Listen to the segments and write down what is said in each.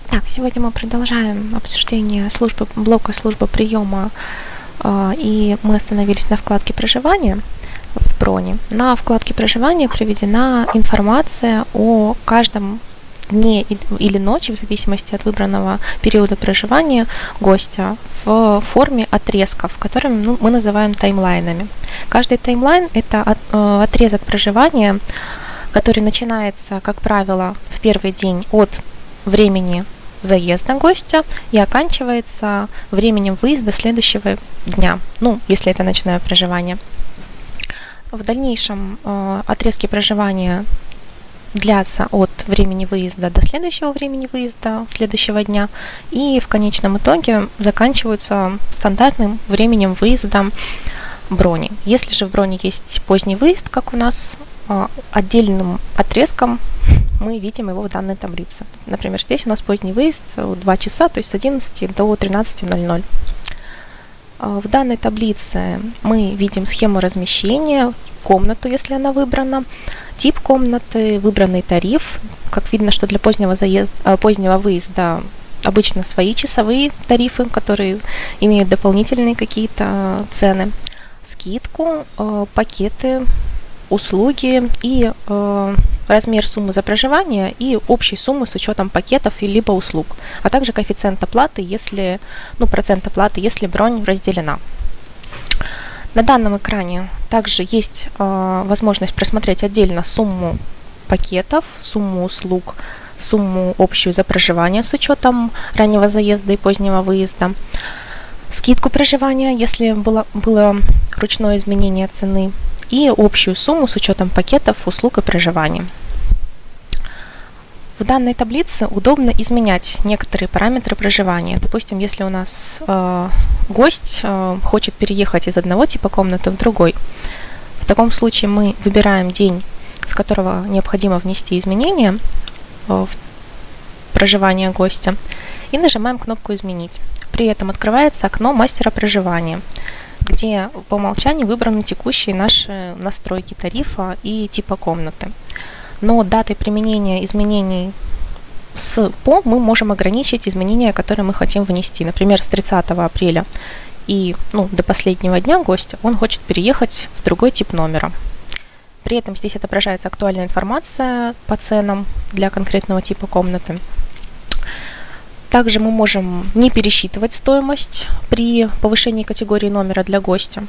Так, сегодня мы продолжаем обсуждение блока службы приема, и мы остановились на вкладке проживания в броне. На вкладке проживания приведена информация о каждом дне или ночи, в зависимости от выбранного периода проживания гостя, в форме отрезков, которые мы называем таймлайнами. Каждый таймлайн – это отрезок проживания, который начинается, как правило, в первый день от времени заезда гостя и оканчивается временем выезда следующего дня, если это ночное проживание. В дальнейшем отрезки проживания длятся от времени выезда до следующего времени выезда следующего дня и в конечном итоге заканчиваются стандартным временем выезда брони. Если же в броне есть поздний выезд, как у нас, отдельным отрезком мы видим его в данной таблице. Например, здесь у нас поздний выезд 2 часа, то есть с 11 до 13:00. В данной таблице мы видим схему размещения, комнату, если она выбрана, тип комнаты, выбранный тариф. Как видно, что для позднего выезда обычно свои часовые тарифы, которые имеют дополнительные какие-то цены, скидку, пакеты, услуги и размер суммы за проживание и общей суммы с учетом пакетов либо услуг, а также коэффициент оплаты, процент оплаты, если бронь разделена. На данном экране также есть возможность просмотреть отдельно сумму пакетов, сумму услуг, сумму общую за проживание с учетом раннего заезда и позднего выезда, скидку проживания, если было ручное изменение цены, и общую сумму с учетом пакетов, услуг и проживания. В данной таблице удобно изменять некоторые параметры проживания. Допустим, если у нас гость хочет переехать из одного типа комнаты в другой, в таком случае мы выбираем день, с которого необходимо внести изменения в проживание гостя, и нажимаем кнопку «Изменить». При этом открывается окно мастера проживания, где по умолчанию выбраны текущие наши настройки тарифа и типа комнаты. Но датой применения изменений мы можем ограничить изменения, которые мы хотим внести. Например, с 30 апреля и до последнего дня гостя он хочет переехать в другой тип номера. При этом здесь отображается актуальная информация по ценам для конкретного типа комнаты. Также мы можем не пересчитывать стоимость при повышении категории номера для гостя.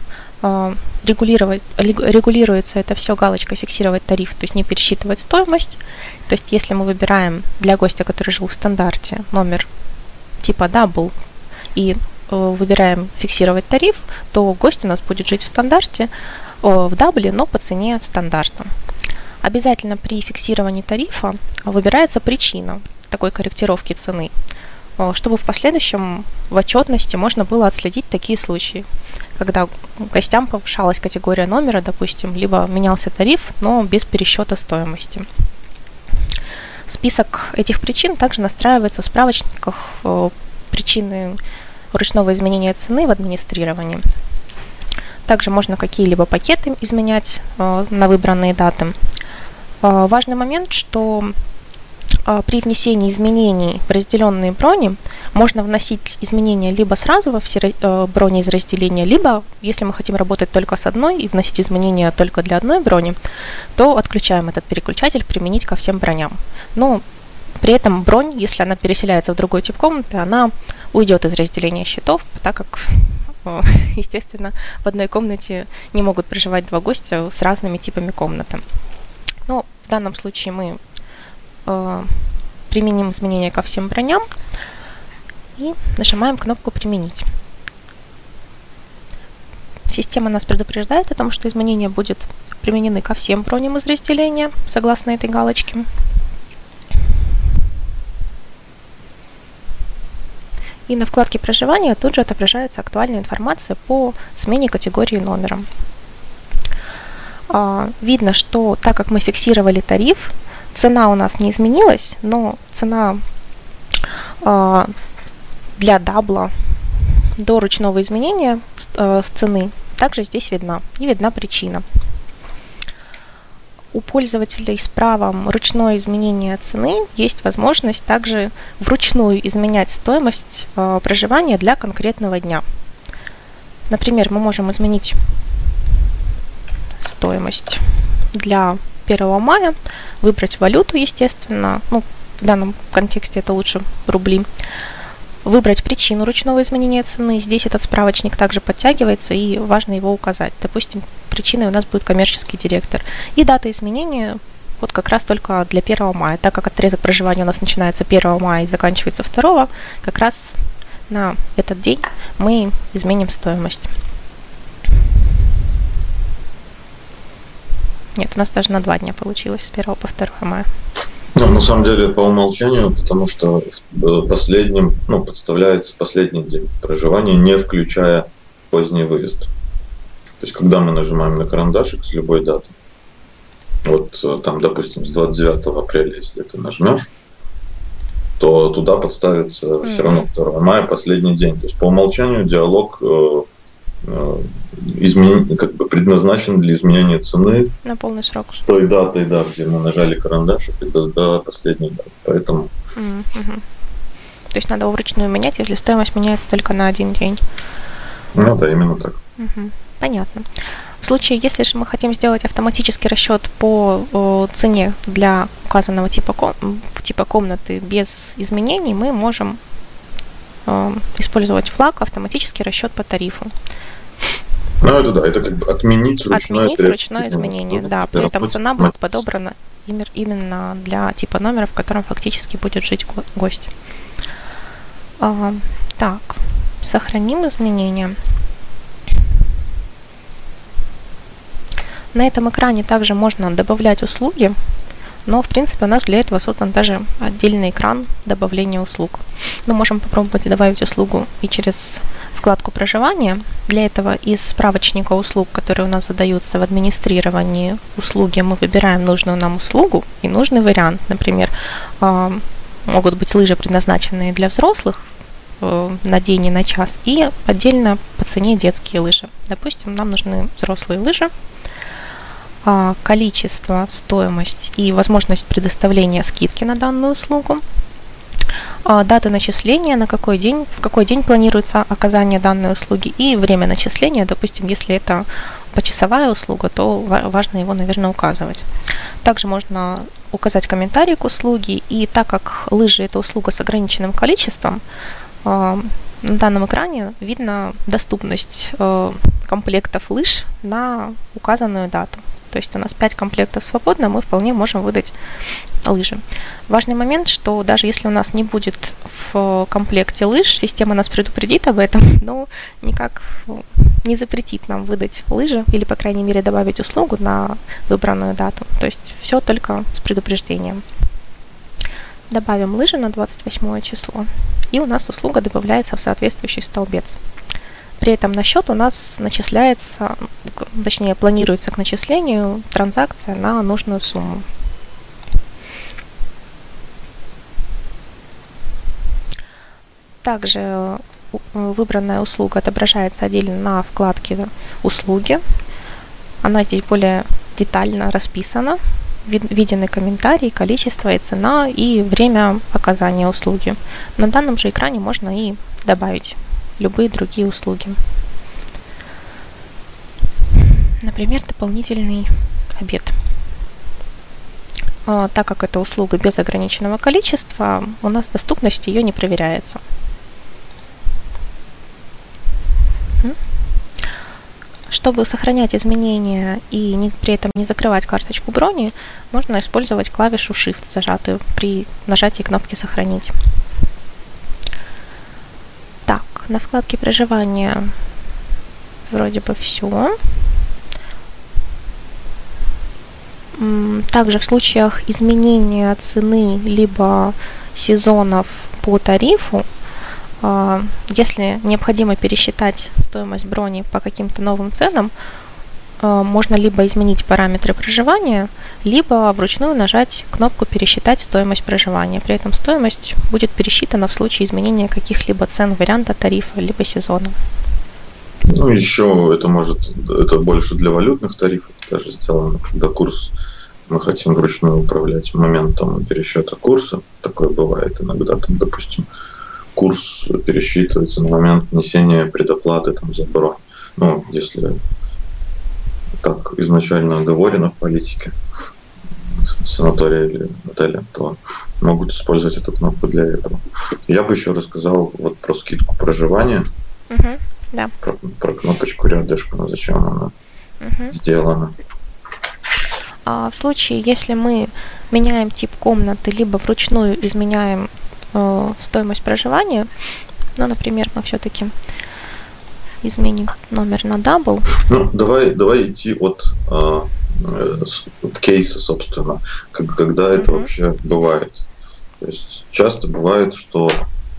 Регулируется это все галочкой «Фиксировать тариф», то есть не пересчитывать стоимость. То есть если мы выбираем для гостя, который жил в стандарте, номер типа Double и выбираем «Фиксировать тариф», то гость у нас будет жить в стандарте, в дабле, но по цене стандарта. Обязательно при фиксировании тарифа выбирается причина такой корректировки цены, чтобы в последующем в отчетности можно было отследить такие случаи, когда гостям повышалась категория номера, допустим, либо менялся тариф, но без пересчета стоимости. Список этих причин также настраивается в справочниках причины ручного изменения цены в администрировании. Также можно какие-либо пакеты изменять на выбранные даты. Важный момент, что при внесении изменений в разделенные брони можно вносить изменения либо сразу во все брони из разделения, либо, если мы хотим работать только с одной и вносить изменения только для одной брони, то отключаем этот переключатель «Применить ко всем броням». Но при этом бронь, если она переселяется в другой тип комнаты, она уйдет из разделения счетов, так как, естественно, в одной комнате не могут проживать два гостя с разными типами комнаты. Но в данном случае мы применим изменения ко всем броням и нажимаем кнопку «Применить». Система нас предупреждает о том, что изменения будут применены ко всем броням из разделения, согласно этой галочке. И на вкладке проживания тут же отображается актуальная информация по смене категории номера. Видно, что так как мы фиксировали тариф, цена у нас не изменилась, но цена для дабла до ручного изменения цены также здесь видна, и видна причина. у пользователей с правом ручное изменение цены есть возможность также вручную изменять стоимость проживания для конкретного дня. Например, мы можем изменить стоимость для 1 мая, выбрать валюту, естественно, ну, в данном контексте это лучше рубли, выбрать причину ручного изменения цены. Здесь этот справочник также подтягивается, и важно его указать. Допустим, причиной у нас будет коммерческий директор. И дата изменения вот как раз только для 1 мая. Так как отрезок проживания у нас начинается 1 мая и заканчивается 2, как раз на этот день мы изменим стоимость. Нет, у нас даже на 2 дня получилось, с 1 по 2 мая. Ну, на самом деле, по умолчанию, потому что последним, подставляется последний день проживания, не включая поздний выезд. То есть, когда мы нажимаем на карандашик с любой даты, вот там, допустим, с 29 апреля, если ты нажмешь, то туда подставится все равно 2 мая, последний день. То есть, по умолчанию диалог предназначен для изменения цены на полный срок. С той датой, да, где мы нажали карандашик, и до последней даты. Поэтому. То есть надо его вручную менять, если стоимость меняется только на 1 день. Ну да, именно так. Понятно. В случае, если же мы хотим сделать автоматический расчет по цене для указанного типа комнаты без изменений, мы можем использовать флаг «Автоматический расчет по тарифу». Ну, это да, это как бы отменить ручное изменение, да. При этом цена будет подобрана именно для типа номера, в котором фактически будет жить гость. Так, сохраним изменения. На этом экране также можно добавлять услуги, но в принципе у нас для этого создан даже отдельный экран добавления услуг. Мы можем попробовать добавить услугу и через вкладку проживания. Для этого из справочника услуг, которые у нас задаются в администрировании услуги, мы выбираем нужную нам услугу и нужный вариант. Например, могут быть лыжи, предназначенные для взрослых на день и на час, и отдельно по цене детские лыжи. Допустим, нам нужны взрослые лыжи. Количество, стоимость и возможность предоставления скидки на данную услугу, дата начисления, в какой день планируется оказание данной услуги, и время начисления. Допустим, если это почасовая услуга, то важно его, наверное, указывать. Также можно указать комментарий к услуге, и так как лыжи – это услуга с ограниченным количеством, на данном экране видно доступность комплектов лыж на указанную дату. То есть у нас 5 комплектов свободно, мы вполне можем выдать лыжи. Важный момент, что даже если у нас не будет в комплекте лыж, система нас предупредит об этом, но никак не запретит нам выдать лыжи или, по крайней мере, добавить услугу на выбранную дату. То есть все только с предупреждением. Добавим лыжи на 28 число, и у нас услуга добавляется в соответствующий столбец. При этом на счет у нас начисляется, точнее планируется к начислению транзакция на нужную сумму. Также выбранная услуга отображается отдельно на вкладке «Услуги». Она здесь более детально расписана. Введены комментарии, количество и цена, и время оказания услуги. На данном же экране можно и добавить любые другие услуги. Например, дополнительный обед. Так как это услуга без ограниченного количества, у нас доступность ее не проверяется. Чтобы сохранять изменения и при этом не закрывать карточку брони, можно использовать клавишу Shift, зажатую при нажатии кнопки «Сохранить». Так, на вкладке проживания вроде бы все. Также в случаях изменения цены либо сезонов по тарифу, если необходимо пересчитать стоимость брони по каким-то новым ценам, можно либо изменить параметры проживания, либо вручную нажать кнопку «Пересчитать стоимость проживания». При этом стоимость будет пересчитана в случае изменения каких-либо цен варианта тарифа, либо сезона. Ну, еще это больше для валютных тарифов даже сделано, когда курс мы хотим вручную управлять моментом пересчета курса. Такое бывает иногда, там, допустим, курс пересчитывается на момент внесения предоплаты там, за бронь. Ну, если так изначально оговорено в политике санатория или отеля, то могут использовать эту кнопку для этого. Я бы еще рассказал вот про скидку проживания, да. про кнопочку рядышком, зачем она сделана. В случае, если мы меняем тип комнаты, либо вручную изменяем стоимость проживания, ну, например, мы все-таки изменим номер на дабл. Ну, давай идти от кейса, собственно, когда это вообще бывает. То есть часто бывает, что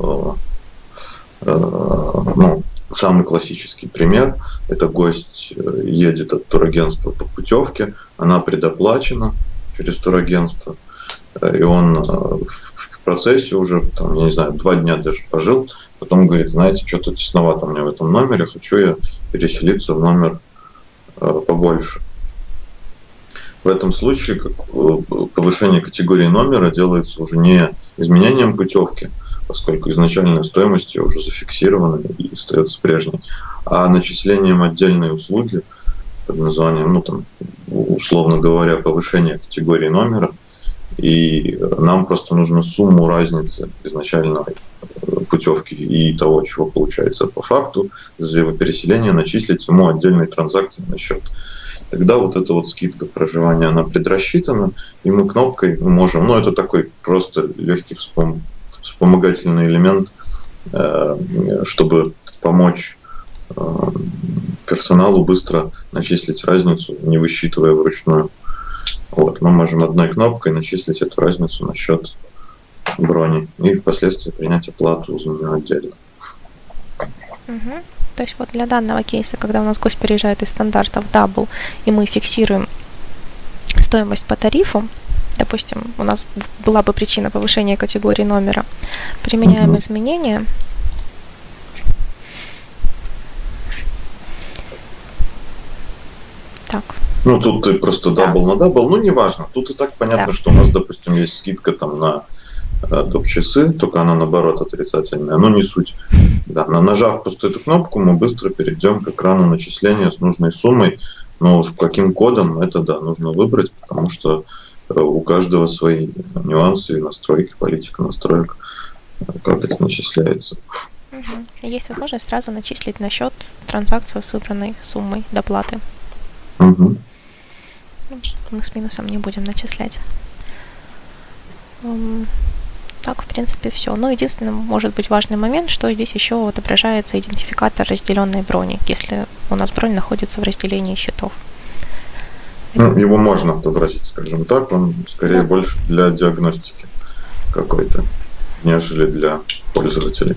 ну, самый классический пример – это гость едет от турагентства по путевке, она предоплачена через турагентство, и он в процессе уже, там, я не знаю, 2 дня даже пожил, потом говорит, знаете, что-то тесновато мне в этом номере, хочу я переселиться в номер побольше. В этом случае повышение категории номера делается уже не изменением путевки, поскольку изначальная стоимость уже зафиксирована и остается прежней, а начислением отдельной услуги под названием, ну там, условно говоря, повышение категории номера, и нам просто нужно сумму разницы изначальной путевки и того, чего получается по факту, за его переселение начислить ему отдельной транзакции на счет. Тогда вот эта вот скидка проживания, она предрасчитана, и мы кнопкой можем, ну это такой просто легкий вспомогательный элемент, чтобы помочь персоналу быстро начислить разницу, не высчитывая вручную. Вот, мы можем одной кнопкой начислить эту разницу на счет брони и впоследствии принять оплату за нее отдельно. То есть вот для данного кейса, когда у нас гость переезжает из стандарта в дабл, и мы фиксируем стоимость по тарифу, допустим, у нас была бы причина повышения категории номера, применяем изменения. Так. Ну, тут ты просто дабл на дабл, ну, неважно. Тут и так понятно, что у нас, допустим, есть скидка там на доп-часы, только она, наоборот, отрицательная, но не суть. Да, нажав просто эту кнопку, мы быстро перейдем к экрану начисления с нужной суммой, но уж каким кодом, это, да, нужно выбрать, потому что у каждого свои нюансы и настройки, политика настроек, как это начисляется. Есть возможность сразу начислить на счет транзакцию с выбранной суммой доплаты. Мы с минусом не будем начислять. Так, в принципе, все. Но единственный, может быть, важный момент, что здесь еще отображается идентификатор разделенной брони, если у нас бронь находится в разделении счетов. Ну, его можно отобразить, скажем так, он скорее больше для диагностики какой-то, нежели для пользователей.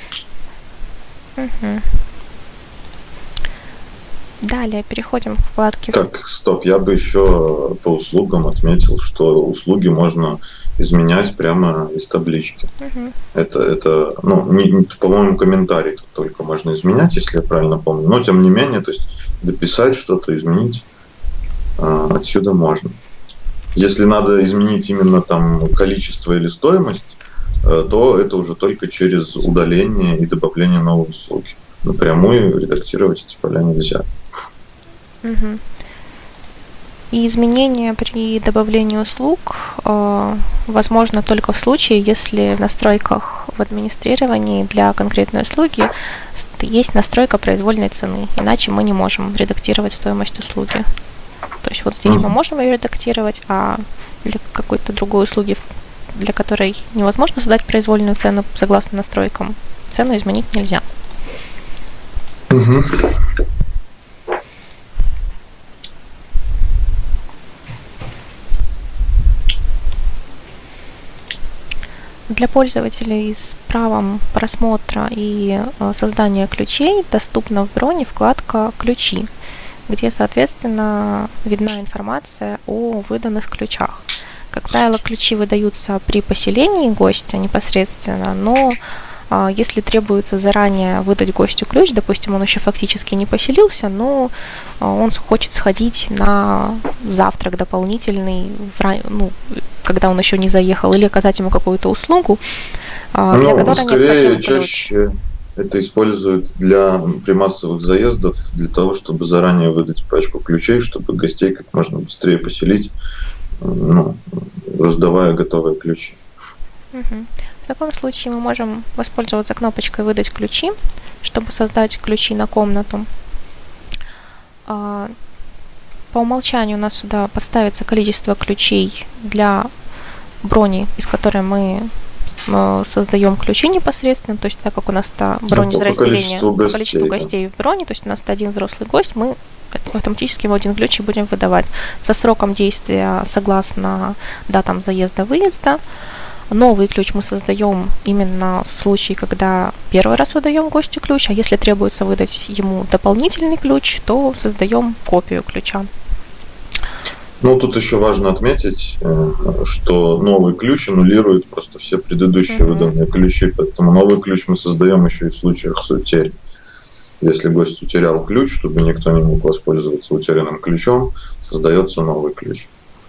Далее переходим к вкладке. Так, стоп, я бы еще по услугам отметил, что услуги можно изменять прямо из таблички. Это ну, по-моему, комментарий тут только можно изменять, если я правильно помню. Но тем не менее, то есть дописать что-то, изменить отсюда можно. Если надо изменить именно там количество или стоимость, то это уже только через удаление и добавление новой услуги. Напрямую редактировать эти поля нельзя. И изменения при добавлении услуг возможно только в случае, если в настройках в администрировании для конкретной услуги есть настройка произвольной цены, иначе мы не можем редактировать стоимость услуги. То есть вот здесь мы можем ее редактировать, а для какой-то другой услуги, для которой невозможно задать произвольную цену согласно настройкам, цену изменить нельзя. Для пользователей с правом просмотра и создания ключей доступна в броне вкладка «Ключи», где, соответственно, видна информация о выданных ключах. Как правило, ключи выдаются при поселении гостя непосредственно, но Если требуется заранее выдать гостю ключ, допустим, он еще фактически не поселился, но он хочет сходить на завтрак дополнительный, когда он еще не заехал, или оказать ему какую-то услугу, для которой необходим ключ. Чаще это используют при массовых заездах для того, чтобы заранее выдать пачку ключей, чтобы гостей как можно быстрее поселить, раздавая готовые ключи. В таком случае мы можем воспользоваться кнопочкой «Выдать ключи», чтобы создать ключи на комнату. По умолчанию у нас сюда подставится количество ключей для брони, из которой мы создаем ключи непосредственно, то есть так как у нас бронеразделение по количеству гостей в броне, то есть у нас один взрослый гость, мы автоматически ему один ключ и будем выдавать со сроком действия согласно датам заезда-выезда. Новый ключ мы создаем именно в случае, когда первый раз выдаем гостю ключ, а если требуется выдать ему дополнительный ключ, то создаем копию ключа. Тут еще важно отметить, что новый ключ аннулирует просто все предыдущие выданные ключи, поэтому новый ключ мы создаем еще и в случаях с утерей. Если гость утерял ключ, чтобы никто не мог воспользоваться утерянным ключом, создается новый ключ.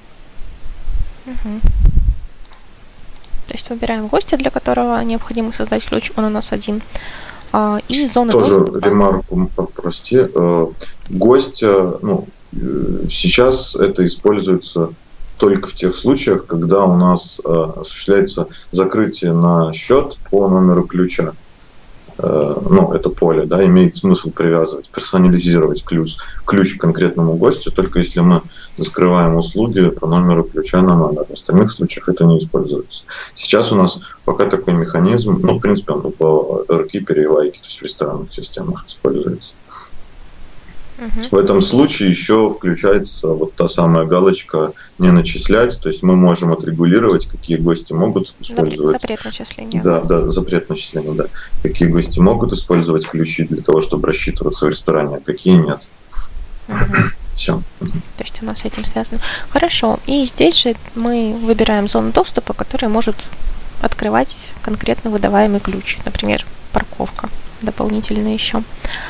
То есть выбираем гостя, для которого необходимо создать ключ, он у нас один. И зоны тоже доступа. Ремарку, прости. Гостя, сейчас это используется только в тех случаях, когда у нас осуществляется закрытие на счет по номеру ключа. Это поле, имеет смысл привязывать, персонализировать ключ к конкретному гостю, только если мы закрываем услуги по номеру ключа на номер. В остальных случаях это не используется. Сейчас у нас пока такой механизм, в принципе, он в AirKeeper и Лайке, то есть в ресторанных системах используется. В этом случае еще включается вот та самая галочка «Не начислять», то есть мы можем отрегулировать, какие гости могут использовать. Запрет начисления. Да, запрет начисления, да. Какие гости могут использовать ключи для того, чтобы рассчитываться в ресторане, а какие нет. Все. То есть у нас с этим связано. Хорошо. И здесь же мы выбираем зону доступа, которая может открывать конкретно выдаваемый ключ. Например, парковка дополнительно еще.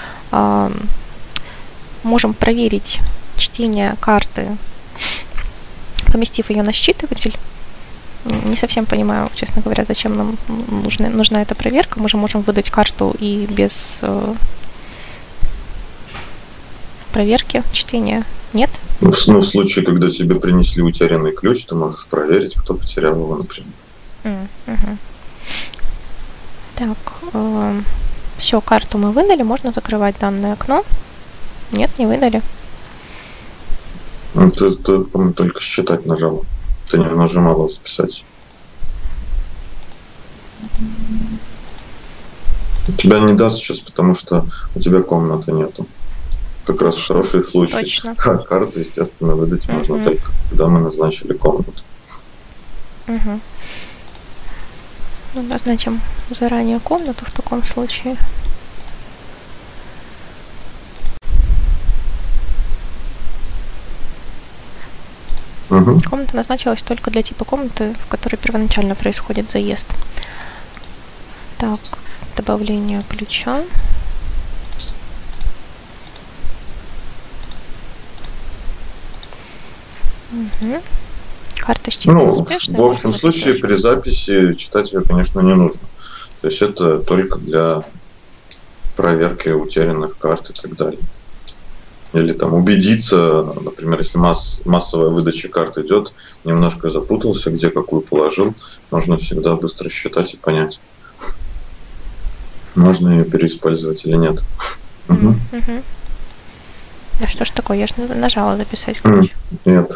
Можем проверить чтение карты, поместив ее на считыватель. Не совсем понимаю, честно говоря, зачем нам нужна эта проверка. Мы же можем выдать карту и без проверки чтения. Нет? В случае, когда тебе принесли утерянный ключ, ты можешь проверить, кто потерял его, например. Так, все, карту мы выдали, можно закрывать данное окно. Нет, не выдали. Ты, по-моему, только считать нажала. Ты не нажимала записать. Тебя не даст сейчас, потому что у тебя комнаты нету. Как раз хороший случай. Точно. Карту, естественно, выдать можно только, когда мы назначили комнату. Назначим заранее комнату в таком случае. Комната назначилась только для типа комнаты, в которой первоначально происходит заезд. Так, добавление ключа. Карта считана успешно. В общем случае при записи читать ее, конечно, не нужно. То есть это только для проверки утерянных карт и так далее. Или там убедиться, например, если массовая выдача карт идет, немножко запутался, где какую положил, можно всегда быстро считать и понять, можно ее переиспользовать или нет. Да что ж такое, я же нажала записать ключ. Нет.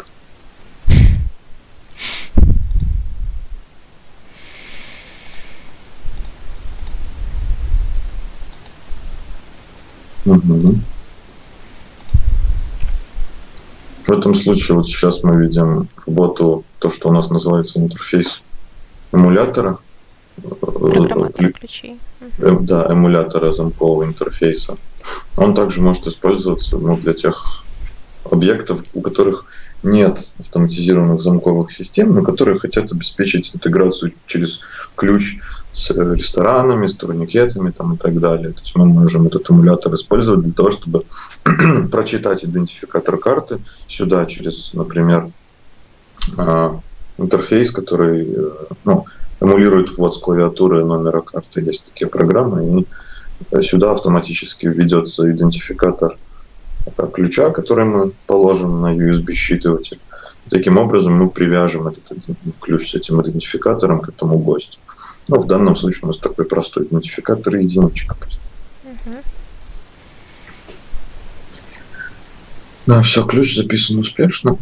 В этом случае вот сейчас мы видим работу, то, что у нас называется интерфейс эмулятора. Программатора ключей. Да, эмулятора замкового интерфейса. Он также может использоваться для тех объектов, у которых нет автоматизированных замковых систем, но которые хотят обеспечить интеграцию через ключ с ресторанами, с турникетами там, и так далее. То есть мы можем этот эмулятор использовать для того, чтобы прочитать идентификатор карты сюда через, например, интерфейс, который эмулирует ввод с клавиатуры номера карты. Есть такие программы, и сюда автоматически введется идентификатор ключа, который мы положим на USB-считыватель. Таким образом мы привяжем этот ключ с этим идентификатором к этому гостю. В данном случае у нас такой простой идентификатор и единичка. Да, все, ключ записан успешно.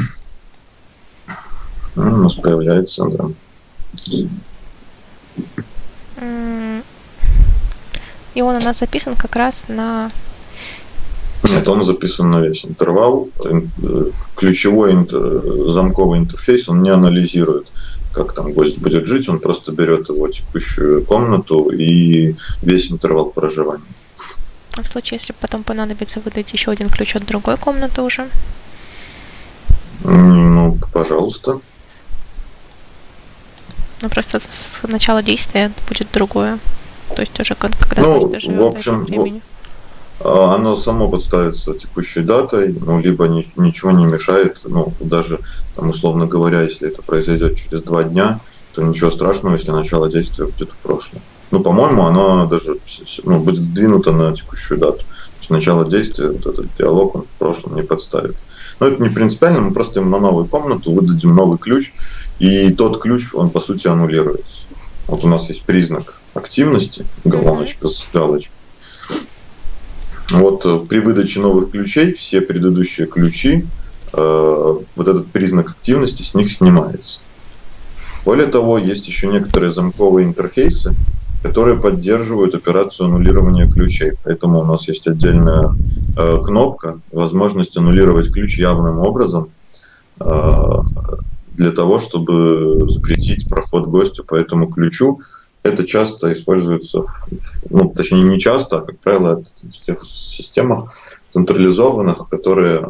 У нас появляется, да. И он у нас записан как раз на... Нет, он записан на весь интервал. Ключевой замковый интерфейс он не анализирует, как там гость будет жить, он просто берет его текущую комнату и весь интервал проживания. А в случае, если потом понадобится выдать еще один ключ от другой комнаты уже? Пожалуйста. Просто с начала действия будет другое. То есть уже когда гость доживет в общем, до времени. Оно само подставится текущей датой, либо ничего не мешает, даже, условно говоря, если это произойдет через 2 дня, то ничего страшного, если начало действия будет в прошлом. По-моему, оно даже будет сдвинуто на текущую дату. То есть начало действия, этот диалог он в прошлом не подставит. Но это не принципиально, мы просто им на новую комнату выдадим новый ключ, и тот ключ, он по сути аннулируется. Вот у нас есть признак активности, галочка с галочкой. При выдаче новых ключей все предыдущие ключи, вот этот признак активности с них снимается. Более того, есть еще некоторые замковые интерфейсы, которые поддерживают операцию аннулирования ключей. Поэтому у нас есть отдельная кнопка, возможность аннулировать ключ явным образом для того, чтобы запретить проход гостю по этому ключу. Это часто используется, точнее не часто, а как правило в тех системах централизованных, которые,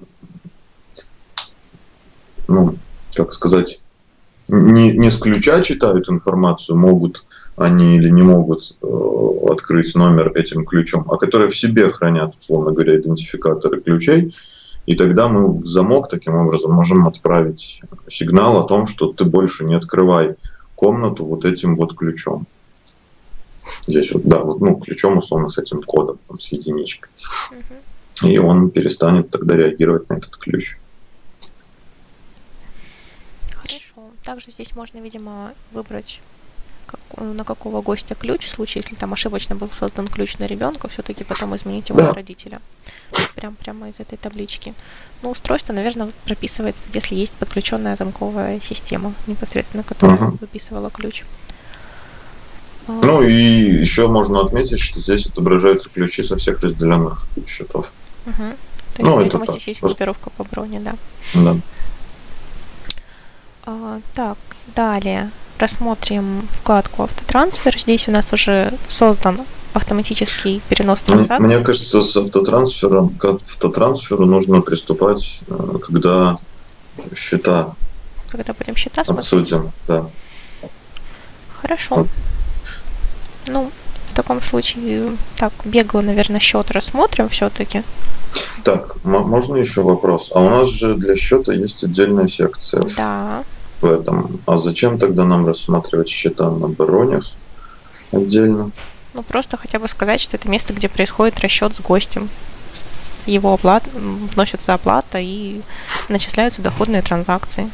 не с ключа читают информацию, могут они или не могут открыть номер этим ключом, а которые в себе хранят, условно говоря, идентификаторы ключей. И тогда мы в замок таким образом можем отправить сигнал о том, что ты больше не открывай комнату этим ключом. Здесь ключом, условно, с этим кодом, с единичкой. И он перестанет тогда реагировать на этот ключ. Хорошо. Также здесь можно, видимо, выбрать, на какого гостя ключ, в случае, если там ошибочно был создан ключ на ребенка, все-таки потом изменить его от родителя. Прямо из этой таблички. Устройство, наверное, прописывается, если есть подключенная замковая система, непосредственно которая выписывала ключ. И еще можно отметить, что здесь отображаются ключи со всех разделенных счетов. То есть, в видимости, здесь есть группировка по броне, да. Да. Так, далее рассмотрим вкладку «Автотрансфер». Здесь у нас уже создан автоматический перенос транзакций. Мне кажется, к автотрансферу нужно приступать, когда счета. Когда будем счета обсудим, да. Хорошо. В таком случае, бегло, наверное, счет рассмотрим все-таки. Так, можно еще вопрос? А у нас же для счета есть отдельная секция. Да. В этом. А зачем тогда нам рассматривать счета на бронях отдельно? Просто хотя бы сказать, что это место, где происходит расчет с гостем. С его оплатой вносится оплата и начисляются доходные транзакции.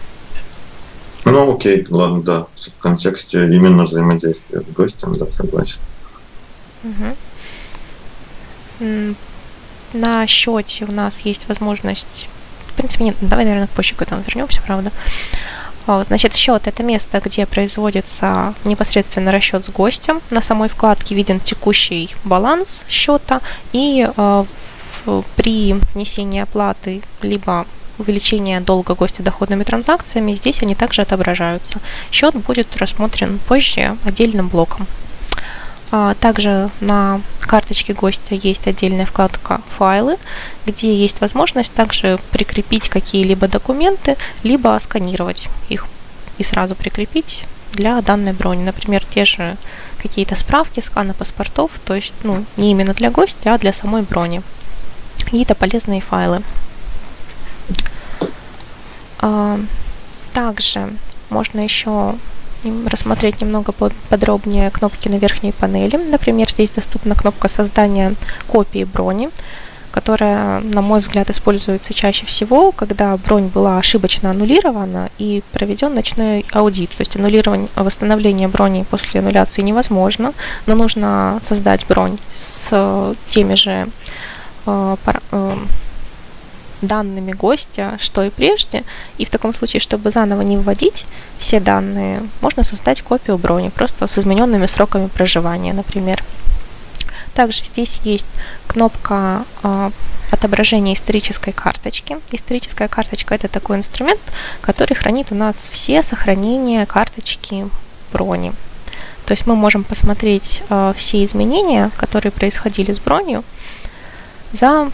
Окей, ладно, да. В контексте именно взаимодействия с гостем, да, согласен. На счете у нас есть возможность... В принципе, нет, давай, наверное, позже к этому вернемся, правда. Значит, счет – это место, где производится непосредственно расчет с гостем. На самой вкладке виден текущий баланс счета, и при внесении оплаты либо увеличения долга гостя доходными транзакциями, здесь они также отображаются. Счет будет рассмотрен позже отдельным блоком. Также на карточке гостя есть отдельная вкладка «Файлы», где есть возможность также прикрепить какие-либо документы, либо сканировать их и сразу прикрепить для данной брони. Например, те же какие-то справки, сканы паспортов, то есть не именно для гостя, а для самой брони. Какие-то полезные файлы. Также можно еще рассмотреть немного подробнее кнопки на верхней панели. Например, здесь доступна кнопка создания копии брони, которая, на мой взгляд, используется чаще всего, когда бронь была ошибочно аннулирована и проведен ночной аудит. То есть восстановление брони после аннуляции невозможно, но нужно создать бронь с теми же данными гостя, что и прежде, и в таком случае, чтобы заново не вводить все данные, можно создать копию брони, просто с измененными сроками проживания, например. Также здесь есть кнопка отображения исторической карточки. Историческая карточка – это такой инструмент, который хранит у нас все сохранения карточки брони. То есть мы можем посмотреть все изменения, которые происходили с бронью за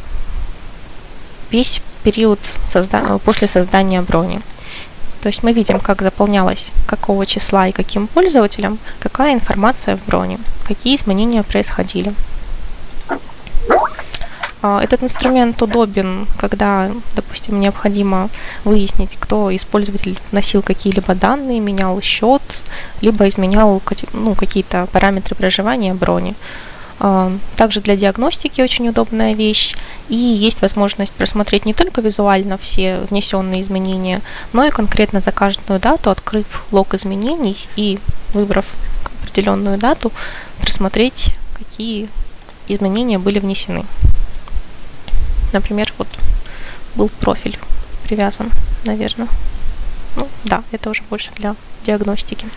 весь период после создания брони. То есть мы видим, как заполнялось, какого числа и каким пользователям, какая информация в броне, какие изменения происходили. Этот инструмент удобен, когда, допустим, необходимо выяснить, кто из пользователей вносил какие-либо данные, менял счет, либо изменял какие-то параметры проживания брони. Также для диагностики очень удобная вещь, и есть возможность просмотреть не только визуально все внесенные изменения, но и конкретно за каждую дату, открыв лог изменений и выбрав определенную дату, просмотреть, какие изменения были внесены. Например, вот был профиль привязан, наверное. Да, это уже больше для диагностики.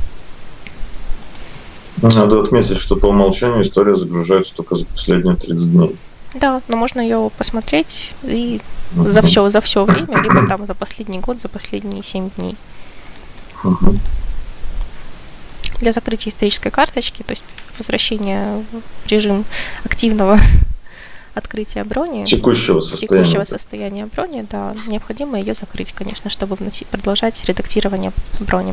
Надо отметить, что по умолчанию история загружается только за последние 30 дней. Да, но можно ее посмотреть и за все время, либо там за последний год, за последние 7 дней. Для закрытия исторической карточки, то есть возвращения в режим активного открытия брони, текущего состояния брони, да, необходимо ее закрыть, конечно, чтобы продолжать редактирование брони.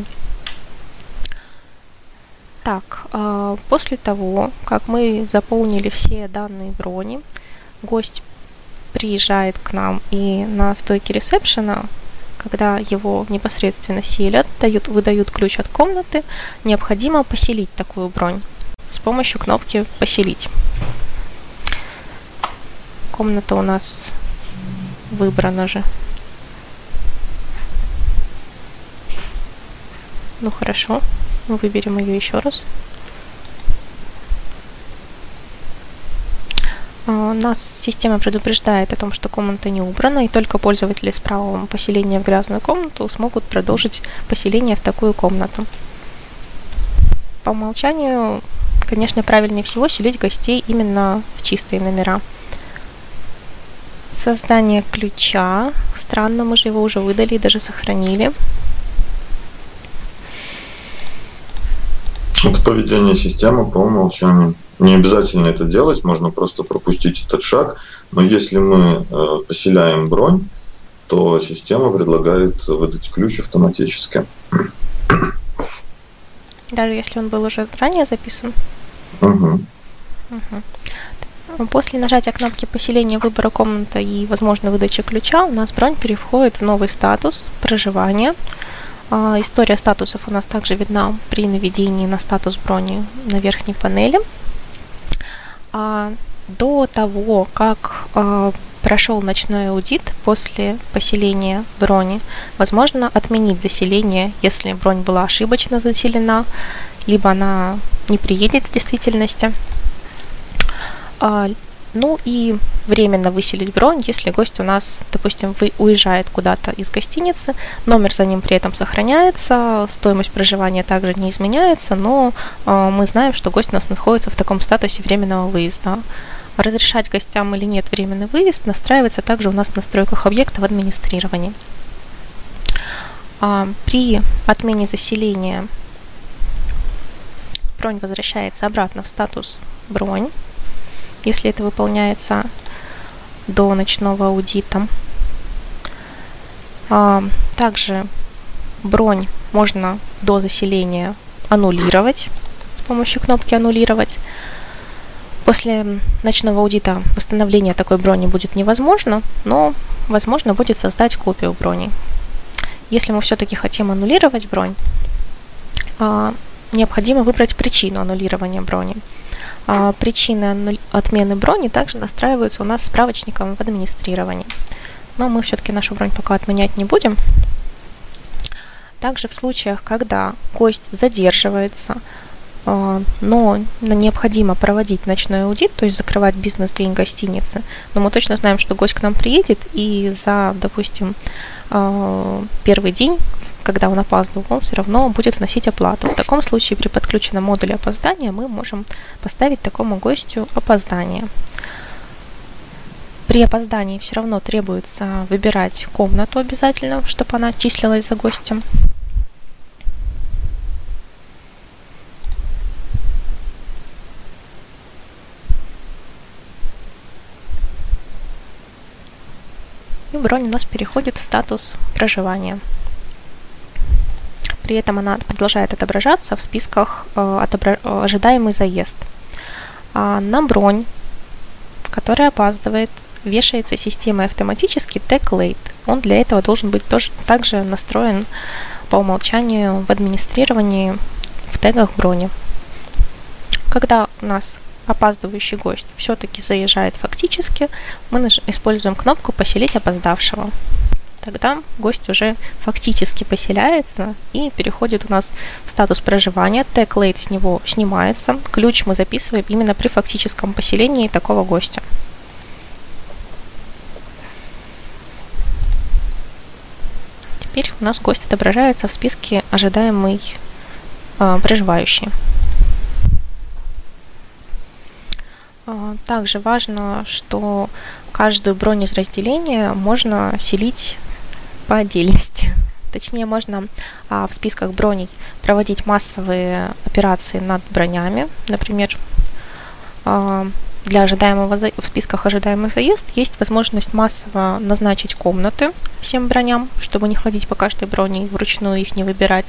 Так, после того, как мы заполнили все данные брони, гость приезжает к нам и на стойке ресепшена, когда его непосредственно селят, выдают ключ от комнаты, необходимо поселить такую бронь с помощью кнопки «Поселить». Комната у нас выбрана же. Ну хорошо. Мы выберем ее еще раз. Нас система предупреждает о том, что комната не убрана, и только пользователи с правом поселения в грязную комнату смогут продолжить поселение в такую комнату. По умолчанию, конечно, правильнее всего селить гостей именно в чистые номера. Создание ключа. Странно, мы же его уже выдали и даже сохранили. Это поведение системы по умолчанию. Не обязательно это делать, можно просто пропустить этот шаг. Но если мы поселяем бронь, то система предлагает выдать ключ автоматически. Даже если он был уже ранее записан? Угу. После нажатия кнопки поселения, выбора комнаты и, возможно, выдачи ключа у нас бронь переходит в новый статус проживания. История статусов у нас также видна при наведении на статус брони на верхней панели. До того, как прошел ночной аудит после поселения брони, возможно отменить заселение, если бронь была ошибочно заселена, либо она не приедет в действительности. Ну и временно выселить бронь, если гость у нас, допустим, уезжает куда-то из гостиницы, номер за ним при этом сохраняется, стоимость проживания также не изменяется, но мы знаем, что гость у нас находится в таком статусе временного выезда. Разрешать гостям или нет временный выезд настраивается также у нас в настройках объекта в администрировании. При отмене заселения бронь возвращается обратно в статус бронь, если это выполняется до ночного аудита. Также бронь можно до заселения аннулировать с помощью кнопки «Аннулировать». После ночного аудита восстановление такой брони будет невозможно, но возможно будет создать копию брони. Если мы все-таки хотим аннулировать бронь, необходимо выбрать причину аннулирования брони. Причины отмены брони также настраиваются у нас справочником в администрировании. Но мы все-таки нашу бронь пока отменять не будем. Также в случаях, когда гость задерживается, но необходимо проводить ночной аудит, то есть закрывать бизнес-день гостиницы, но мы точно знаем, что гость к нам приедет, и за, допустим, первый день, когда он опаздывал, он все равно будет вносить оплату. В таком случае при подключенном модуле опоздания мы можем поставить такому гостю опоздание. При опоздании все равно требуется выбирать комнату обязательно, чтобы она числилась за гостем. И бронь у нас переходит в статус проживания. При этом она продолжает отображаться в списках «Ожидаемый заезд». На бронь, которая опаздывает, вешается системой автоматически тег late. Он для этого должен быть тоже также настроен по умолчанию в администрировании в тегах брони. Когда у нас опаздывающий гость все-таки заезжает фактически, мы используем кнопку «Поселить опоздавшего». Тогда гость уже фактически поселяется и переходит у нас в статус проживания. Тег late с него снимается. Ключ мы записываем именно при фактическом поселении такого гостя. Теперь у нас гость отображается в списке «Ожидаемый проживающий». Также важно, что каждую бронь из разделения можно селить по отдельности. Точнее, можно в списках броней проводить массовые операции над бронями. Например, в списках «Ожидаемый заезд» есть возможность массово назначить комнаты всем броням, чтобы не ходить по каждой броне и вручную их не выбирать.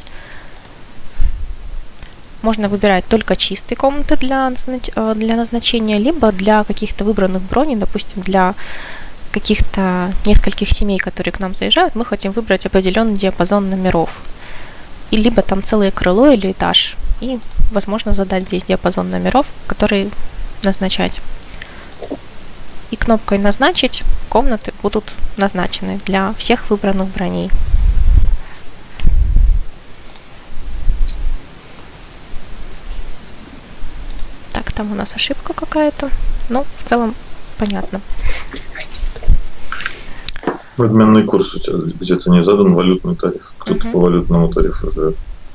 Можно выбирать только чистые комнаты для назначения, либо для каких-то выбранных броней, допустим, для каких-то нескольких семей, которые к нам заезжают, мы хотим выбрать определенный диапазон номеров. И либо там целое крыло или этаж. И возможно задать здесь диапазон номеров, которые назначать. И кнопкой «Назначить» комнаты будут назначены для всех выбранных броней. Так, там у нас ошибка какая-то, но в целом понятно. Обменный курс у тебя где-то не задан, валютный тариф. Кто-то по валютному тарифу живет.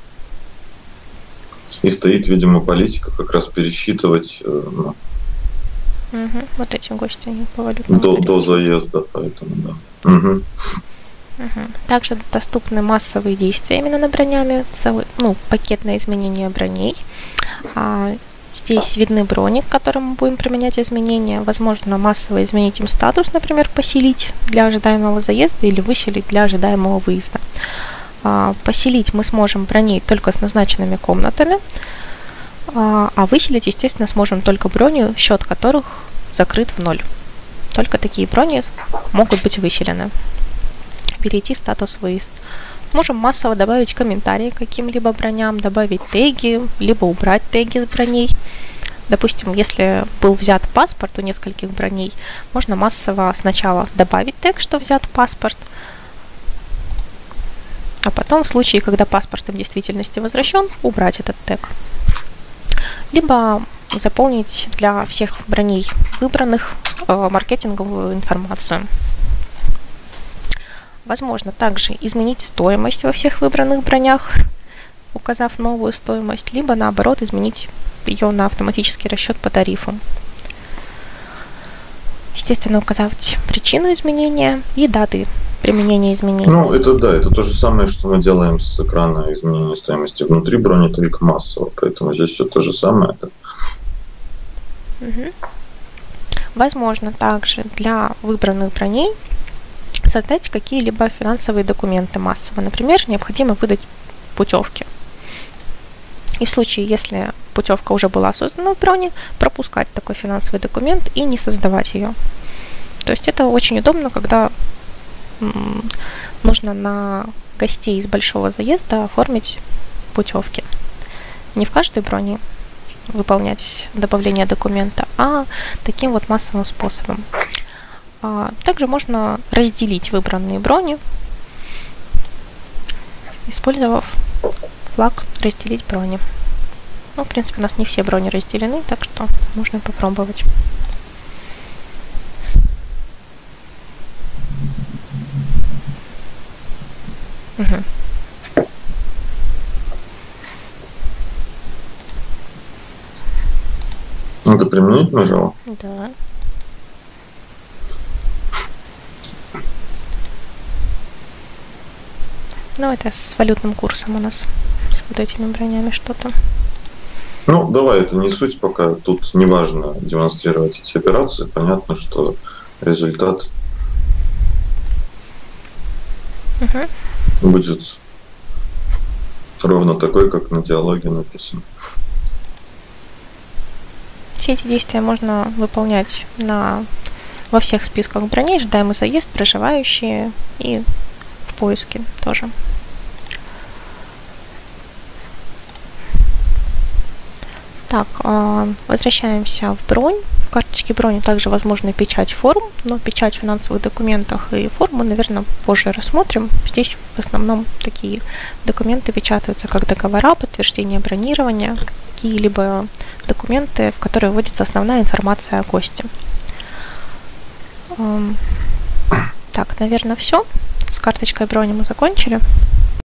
И стоит, видимо, политика как раз пересчитывать вот эти гости они по валютному тарифу. До заезда, поэтому да. Также доступны массовые действия именно на бронями, пакетное изменение броней. Здесь видны брони, к которым мы будем применять изменения. Возможно, массово изменить им статус, например, поселить для ожидаемого заезда или выселить для ожидаемого выезда. Поселить мы сможем броней только с назначенными комнатами, а выселить, естественно, сможем только брони, счет которых закрыт в 0. Только такие брони могут быть выселены. Перейти в статус выезд. Можем массово добавить комментарии к каким-либо броням, добавить теги, либо убрать теги с броней. Допустим, если был взят паспорт у нескольких броней, можно массово сначала добавить тег, что взят паспорт, а потом в случае, когда паспорт в действительности возвращен, убрать этот тег. Либо заполнить для всех броней выбранных маркетинговую информацию. Возможно также изменить стоимость во всех выбранных бронях, указав новую стоимость, либо наоборот изменить ее на автоматический расчет по тарифу. Естественно, указать причину изменения и даты применения изменений. Ну, это да, это то же самое, что мы делаем с экрана изменения стоимости внутри брони, только массово. Поэтому здесь все то же самое. Угу. Возможно также для выбранных броней создать какие-либо финансовые документы массово. Например, необходимо выдать путевки. И в случае, если путевка уже была создана в броне, пропускать такой финансовый документ и не создавать ее. То есть это очень удобно, когда нужно на гостей из большого заезда оформить путевки. Не в каждой броне выполнять добавление документа, а таким вот массовым способом. Также можно разделить выбранные брони, использовав флаг «Разделить брони». Ну, в принципе, у нас не все брони разделены, так что можно попробовать. Угу. Надо применить нажала? Да. Ну, это с валютным курсом у нас, с вот этими бронями что-то. Ну, давай, это не суть пока. Тут не важно демонстрировать эти операции. Понятно, что результат будет ровно такой, как на диалоге написано. Все эти действия можно выполнять во всех списках броней: ожидаемый заезд, проживающие и в поиске тоже. Так, возвращаемся в бронь. В карточке брони также возможна печать форм, но печать в финансовых документах и форму, наверное, позже рассмотрим. Здесь в основном такие документы печатаются, как договора, подтверждение бронирования, какие-либо документы, в которые вводится основная информация о госте. Так, наверное, все. С карточкой брони мы закончили.